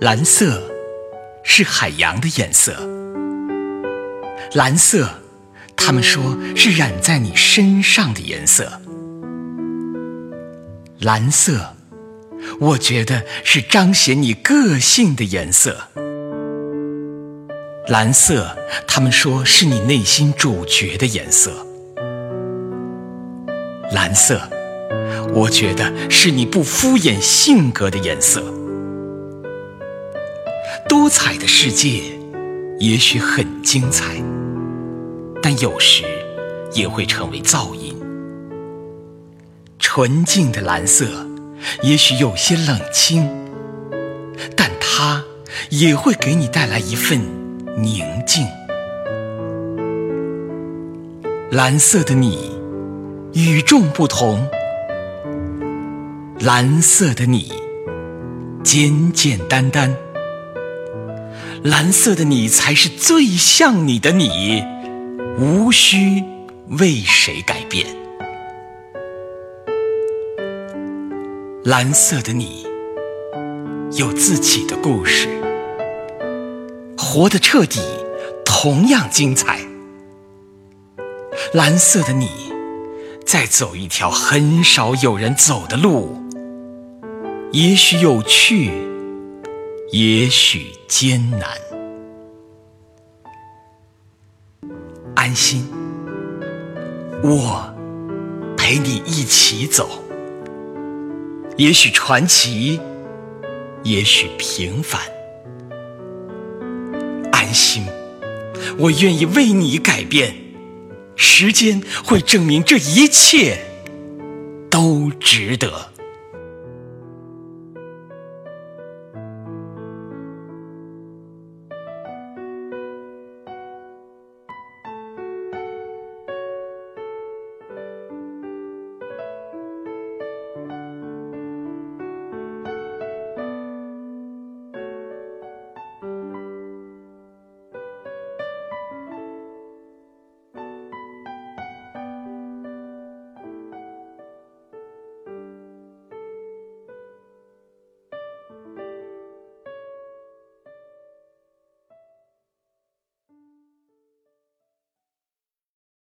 蓝色是海洋的颜色，蓝色他们说是染在你身上的颜色，蓝色我觉得是彰显你个性的颜色，蓝色他们说是你内心主角的颜色，蓝色我觉得是你不敷衍性格的颜色。多彩的世界也许很精彩，但有时也会成为噪音。纯净的蓝色也许有些冷清，但它也会给你带来一份宁静。蓝色的你与众不同，蓝色的你简简单单，蓝色的你才是最像你的你，无需为谁改变。蓝色的你有自己的故事，活得彻底，同样精彩。蓝色的你在走一条很少有人走的路，也许有趣，也许艰难。安心，我陪你一起走，也许传奇，也许平凡。安心，我愿意为你改变，时间会证明这一切都值得。